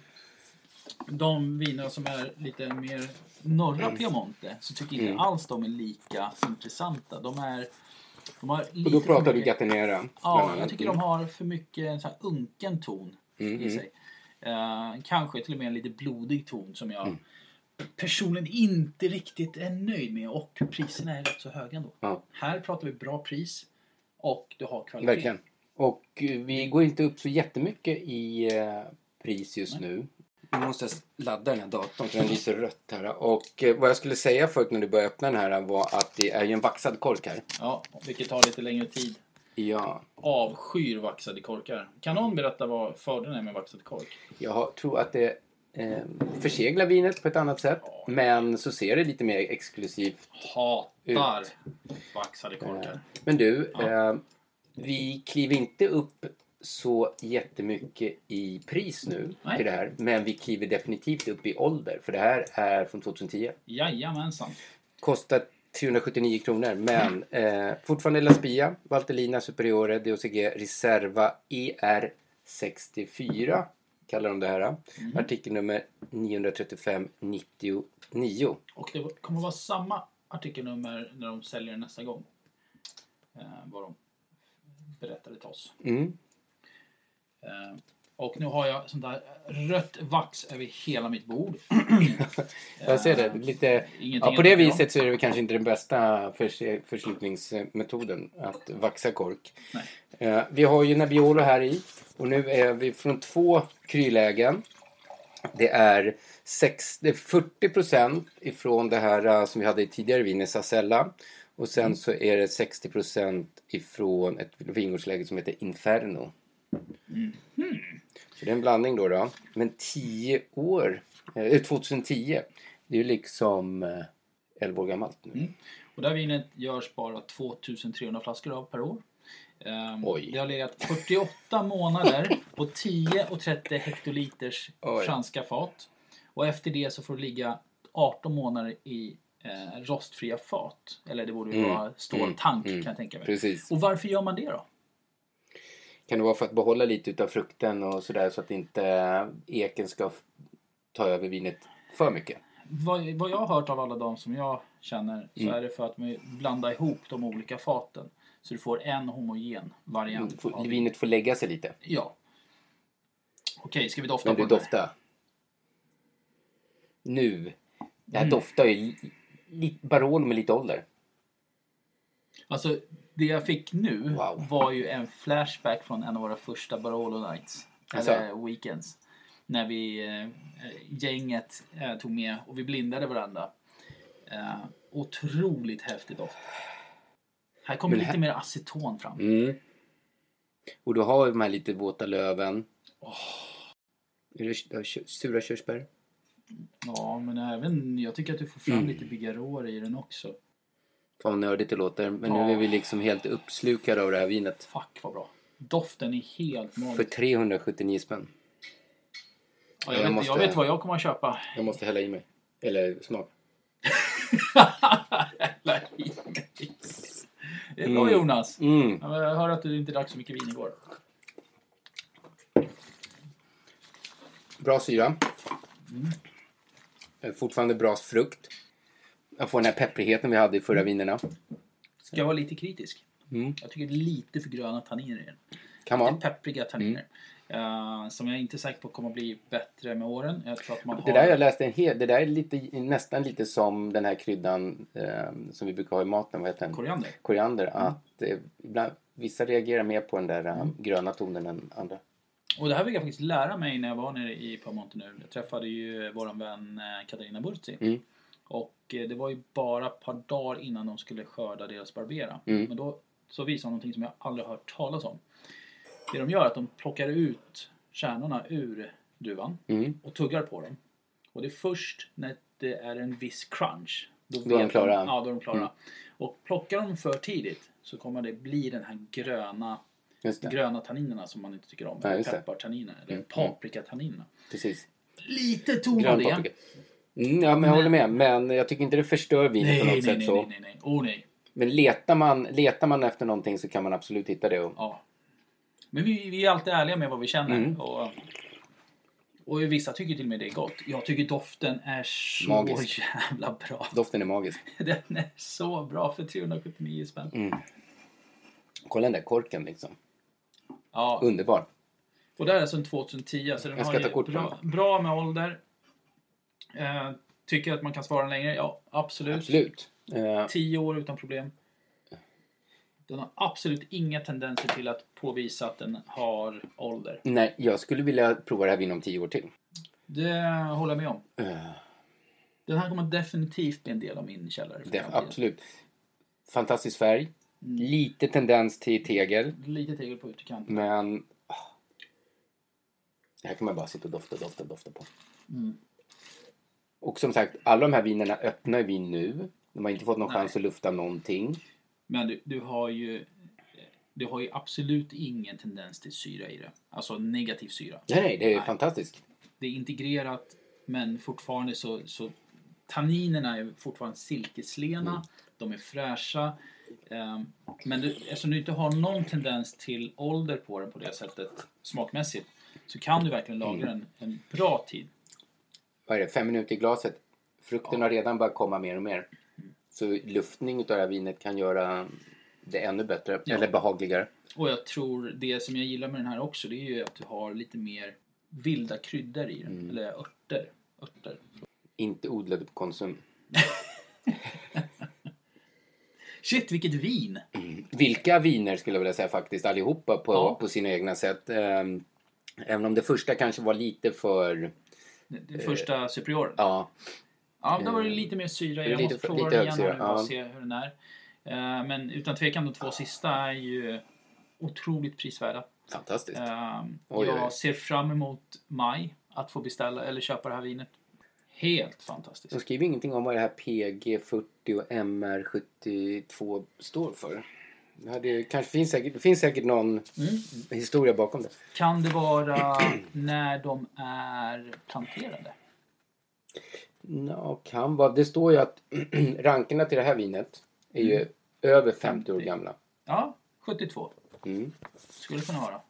de viner som är lite mer norra mm. Piemonte, så tycker jag inte mm. alls de är lika intressanta. De är de har lite och då pratar mycket, du Gattinera. Ja, jag tycker mm. de har för mycket så här unken ton mm. i sig. Uh, kanske till och med en lite blodig ton som jag mm. personligen inte riktigt är nöjd med, och priserna är rätt så höga ändå. Ja. Här pratar vi bra pris och du har kvalitet. Verkligen. Och vi går inte upp så jättemycket i uh, pris just Nej. nu. Nu måste jag ladda den här datorn för den lyser rött här. Och eh, vad jag skulle säga förut när du började öppna den här var att det är ju en vaxad kork här. Ja, vilket tar lite längre tid. Ja. Avskyr vaxade korkar. Kan någon berätta vad fördelen är med vaxad kork? Jag tror att det eh, förseglar vinet på ett annat sätt. Ja. Men så ser det lite mer exklusivt Hatar ut. vaxade korkar. Men du, ja. eh, vi kliver inte upp så jättemycket i pris nu Nej. till det här. Men vi kliver definitivt upp i ålder. För det här är från tjugohundratio. Jajamensan. Kostar trehundrasjuttionio kronor. Men mm. eh, fortfarande La Spia, Valtellina Superiore, D O C G Reserva E R sextiofyra kallar de det här. Mm. Artikelnummer niohundratrettiofem nittionio. Och det kommer att vara samma artikelnummer när de säljer nästa gång. Eh, vad de berättade till oss. Mm. Uh, och nu har jag sånt där rött vax över hela mitt bord. Jag ser det. Lite, ja, på det viset så är det kanske inte den bästa förs- förslutningsmetoden att vaxa kork. Uh, vi har ju Nebbiolo här i. Och nu är vi från två krylägen. Det är, sex, det är fyrtio procent ifrån det här som vi hade i tidigare vin i Sasella. Och sen mm. så är det sextio procent ifrån ett vingårdsläge som heter Inferno. Mm. Mm. Så det är en blandning då då. Men tio år, eh, tjugohundratio, det är ju liksom eh, elva år gammalt nu. Mm. Och det här vinet görs bara tvåtusentrehundra flaskor av per år. Um, Oj. Det har legat fyrtioåtta månader på tio och trettio hektoliters Oj. franska fat. Och efter det så får det ligga arton månader i eh, rostfria fat. Eller det borde ju Mm. vara ståltank Mm. kan jag tänka mig. Precis. Och varför gör man det då? Kan det vara för att behålla lite utav frukten och sådär så att inte eken ska f- ta över vinet för mycket? Vad, vad jag har hört av alla de som jag känner så Mm. är det för att man blandar ihop de olika faten. Så du får en homogen variant. Får- av- Vinet får lägga sig lite. Ja. Okej, ska vi dofta Men på du den här? doftar. Nu. Det här Mm. doftar ju li- li- Barolo med lite ålder. Alltså, det jag fick nu Wow. var ju en flashback från en av våra första Barolo Nights. Alltså? Eller weekends. När vi, eh, gänget eh, tog med och vi blindade varandra. Eh, otroligt häftigt doft. Här kommer Men lite här- mer aceton fram. Mm. Och du har de här lite våta löven. Är det kö- kö- sura körsbär? Ja, men även, jag tycker att du får fram Mm. lite bigarråer i den också. Fan vad nördigt det låter. Men Ja. nu är vi liksom helt uppslukade av det här vinet. Fuck vad bra. Doften är helt För magisk. trehundrasjuttionio spänn. Ja, jag, jag vet, måste- jag vet vad jag kommer att köpa. Jag måste hälla i mig. Eller smak. Jävla his. Det är bra Mm. Jonas. Mm. Ja, Jag hör att du inte drack så mycket vin igår. Bra syra. Mm. Fortfarande bra frukt. Jag får den här pepprigheten vi hade i förra vinerna. Ska jag vara lite kritisk? Mm. Jag tycker det är lite för gröna tanniner i den. Kan Lite man. peppriga tanniner. Uh, som jag är inte säker på kommer att bli bättre med åren. Jag tror att man har... Det där jag läste en hel, det där är lite, nästan lite som den här kryddan eh, som vi brukar ha i maten. Vad heter den? Koriander. Koriander. Att eh, ibland, vissa reagerar mer på den där eh, Mm. gröna tonen än andra. Och det här fick jag faktiskt lära mig när jag var nere i Piemonte nu. Jag träffade ju våran vän eh, Katarina Burzi. Mm. Och eh, det var ju bara ett par dagar innan de skulle skörda deras Barbera. Mm. Men då så visade de någonting som jag aldrig har hört talas om. Det de gör är att de plockar ut kärnorna ur duvan Mm. och tuggar på dem. Och det är först när det är en viss crunch. Då, Då är de vet klara. Ja, då är de klara. Mm. Och plockar de för tidigt så kommer det bli den här gröna, Just det. gröna tanninerna som man inte tycker om. Ja, just det. Peppartanninerna eller Mm. paprikatanninerna. Precis. Lite ton av Grön det. paprika. Mm, ja, men jag håller med. Men jag tycker inte det förstör vinet på Nej, något nej, sätt. nej, så. nej, nej, nej. Oh nej. Men letar man, letar man efter någonting så kan man absolut hitta det. Och, Ja. Men vi, vi är alltid ärliga med vad vi känner. Mm. Och, och vissa tycker till och med det är gott. Jag tycker doften är så Magisk. jävla bra. doften är magisk. Den är så bra för trehundrasjuttionio spänn. Mm. Kolla den där korken liksom. Ja. Underbar. Och det är alltså en tjugohundratio. Så den Jag ska har ta ju kort på bra, den. bra med ålder. Eh, tycker att man kan svara längre? Ja, absolut. Absolut. Eh, Tio år utan problem. Den har absolut inga tendenser till att påvisa att den har ålder. nej, jag skulle vilja prova det här vinet om tio år till. Det håller jag med om. Eh, Den här kommer definitivt bli en del av min källare. för det, framtiden. absolut. Fantastisk färg. Lite tendens till tegel. Lite tegel på ytterkanten. Men... ah. Det här kan man bara sitta och dofta, dofta, dofta på. Mm. Och som sagt, alla de här vinerna öppnar vi nu. De har inte fått någon Nej. chans att lufta någonting. Men du, du har ju du har ju absolut ingen tendens till syra i det. Alltså negativ syra. Nej, nej, det är Nej. fantastiskt. Det är integrerat men fortfarande så, så tanninerna är fortfarande silkeslena. Mm. De är fräscha. Um, men du, eftersom du inte har någon tendens till ålder på den på det sättet smakmässigt så kan du verkligen lagra den en bra tid. Vad är det? Fem minuter i glaset. Frukten Ja. har redan börjat komma mer och mer. Så luftning av det här vinet kan göra det ännu bättre. Ja. Eller behagligare. Och jag tror det som jag gillar med den här också det är ju att du har lite mer vilda kryddor i den. Mm. Eller örter. örter. Inte odlade på konsum. Shit, vilket vin! Vilka viner skulle jag vilja säga faktiskt. Allihopa på, Ja. på sina egna sätt. Ehm, Även om det första kanske var lite för... Det, det första Superior. Ja, Ja, då var det lite mer syra. Det är Jag lite måste för- prova lite den igen högsyra, här nu och ja. se hur den är. Eh, Men utan tvekan de två sista är ju otroligt prisvärda. Fantastiskt. Um, oj, jag oj. ser fram emot maj att få beställa eller köpa det här vinet. Helt fantastiskt. De skriver ingenting om vad det här P G fyrtio och M R sjuttiotvå står för. Det, hade, kanske finns säkert, det finns säkert någon mm. historia bakom det. Kan det vara när de är planterade? Ja, kan vara. Det står ju att rankerna till det här vinet är ju mm. över femtio år gamla. Ja, sjuttiotvå. Mm. Skulle kunna vara.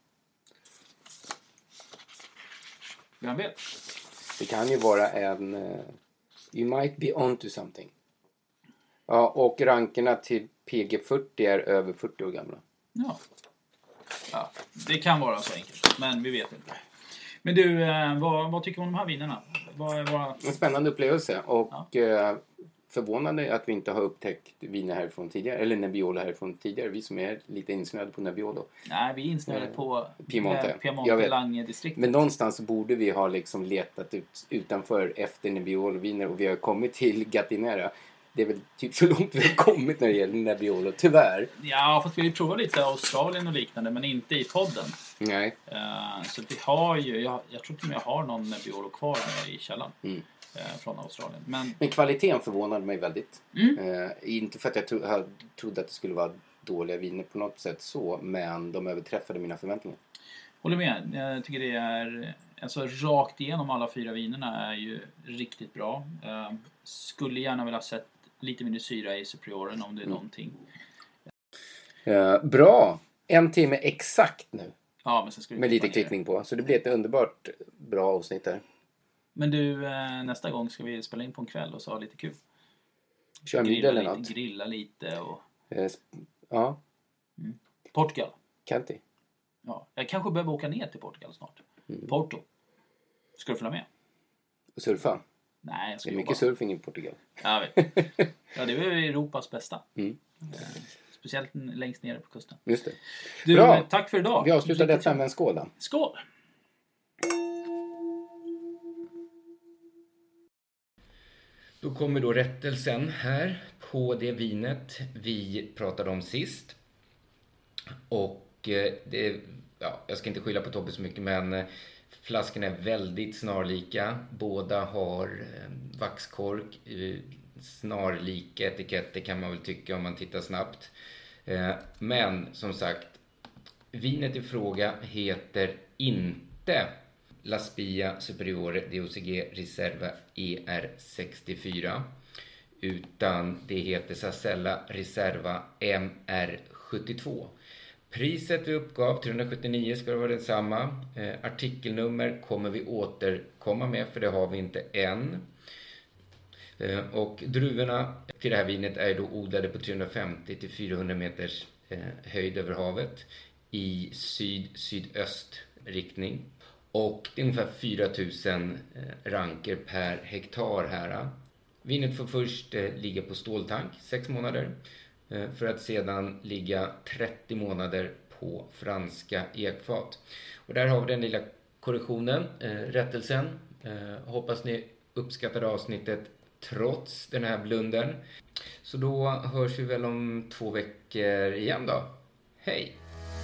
Vem vet? Det kan ju vara en... Uh, you might be onto something. Ja, och rankerna till P G fyrtio är över fyrtio år gamla. Ja. Ja, det kan vara så enkelt. Men vi vet inte. Men du, eh, vad, vad tycker du om de här vinerna? Vad är våra... En spännande upplevelse. Och ja. eh, förvånande att vi inte har upptäckt viner härifrån tidigare. Eller Nebbiolo härifrån tidigare. Vi som är lite insnöade på Nebbiolo. Nej, vi är insnöade eh, på Piemonte, Piemonte Lange-distriktet. Men någonstans borde vi ha liksom letat ut utanför efter Nebbiolo-viner. Och vi har kommit till Gattinera. Det är väl typ så långt vi har kommit när det gäller Nebbiolo, tyvärr. Ja, fast vi har ju provat lite Australien och liknande, men inte i podden. Nej. Uh, så vi har ju, jag, jag tror inte jag har någon Nebbiolo kvar i källan mm. uh, från Australien. Men, men kvaliteten förvånade mig väldigt. Mm. Uh, inte för att jag tro, jag trodde att det skulle vara dåliga viner på något sätt så, men de överträffade mina förväntningar. Håller med, jag tycker det är, alltså rakt igenom alla fyra vinerna är ju riktigt bra. Uh, skulle gärna vilja ha sett lite mindre syra i Superioren om det är mm. någonting. Uh, bra! En timme exakt nu. Ja, men sen ska vi med lite klickning på. Så det blir ett underbart bra avsnitt där. Men du, uh, nästa gång ska vi spela in på en kväll och så ha lite kul. Kör middag eller något. Grilla lite och... Uh, sp- ja. Mm. Portugal. Kanti. Ja, jag kanske behöver åka ner till Portugal snart. Mm. Porto. Ska du följa med? Och surfa? Nej, jag ska det är jobba. mycket surfing i Portugal. Jag vet. Ja, det är väl Europas bästa. Mm. Speciellt längst nere på kusten. Just det. Du, bra. Tack för idag. Vi avslutar detta med en skål då. Skål! Då kommer då rättelsen här på det vinet vi pratade om sist. Och det, ja, jag ska inte skylla på Tobbe så mycket, men flaskorna är väldigt snarlika. Båda har eh, vaxkork, eh, snarlika etiketter kan man väl tycka om man tittar snabbt. Eh, men som sagt, vinet i fråga heter inte La Spia Superiore D O C G Riserva E R sextiofyra, utan det heter Sassella Riserva M R sjuttiotvå. Priset vi uppgav, trehundrasjuttionio, ska det vara detsamma. Eh, artikelnummer kommer vi återkomma med, för det har vi inte än. Eh, och druvorna till det här vinet är då odlade på trehundrafemtio till fyrahundra meters eh, höjd över havet i syd-sydöst riktning. Och det är ungefär fyra tusen eh, ranker per hektar här. Vinet får först eh, ligga på ståltank sex månader. För att sedan ligga trettio månader på franska ekfat. Och där har vi den lilla korrektionen, eh, rättelsen. Eh, hoppas ni uppskattade avsnittet trots den här blunden. Så då hörs vi väl om två veckor igen då. Hej!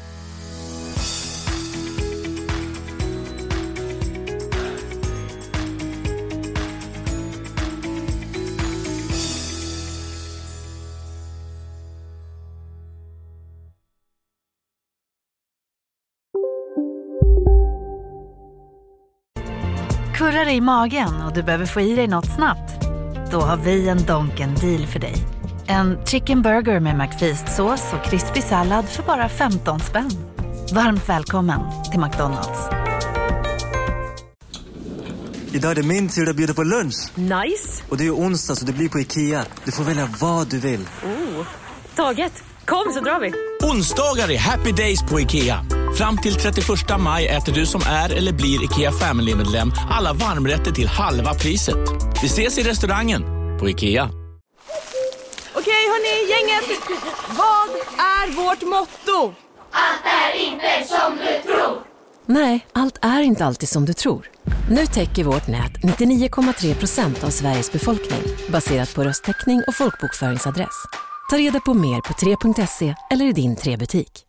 Kurrar dig i magen och du behöver få i dig något snabbt? Då har vi en Donken deal för dig. En chicken burger med McFeast-sås och krispig sallad för bara femton spänn. Varmt välkommen till McDonald's. Idag är det min tur att bjuda på lunch. Nice! Och det är ju onsdag så det blir på IKEA. Du får välja vad du vill. Oh, taget! Kom så drar vi! Onsdagar är happy days på IKEA. Fram till trettioförsta maj äter du som är eller blir IKEA Family-medlem alla varmrätter till halva priset. Vi ses i restaurangen på IKEA. Okej hörni, gänget! Vad är vårt motto? Allt är inte som du tror! Nej, allt är inte alltid som du tror. Nu täcker vårt nät nittionio komma tre procent av Sveriges befolkning baserat på röstteckning och folkbokföringsadress. Ta reda på mer på tre punkt se eller i din tre butik.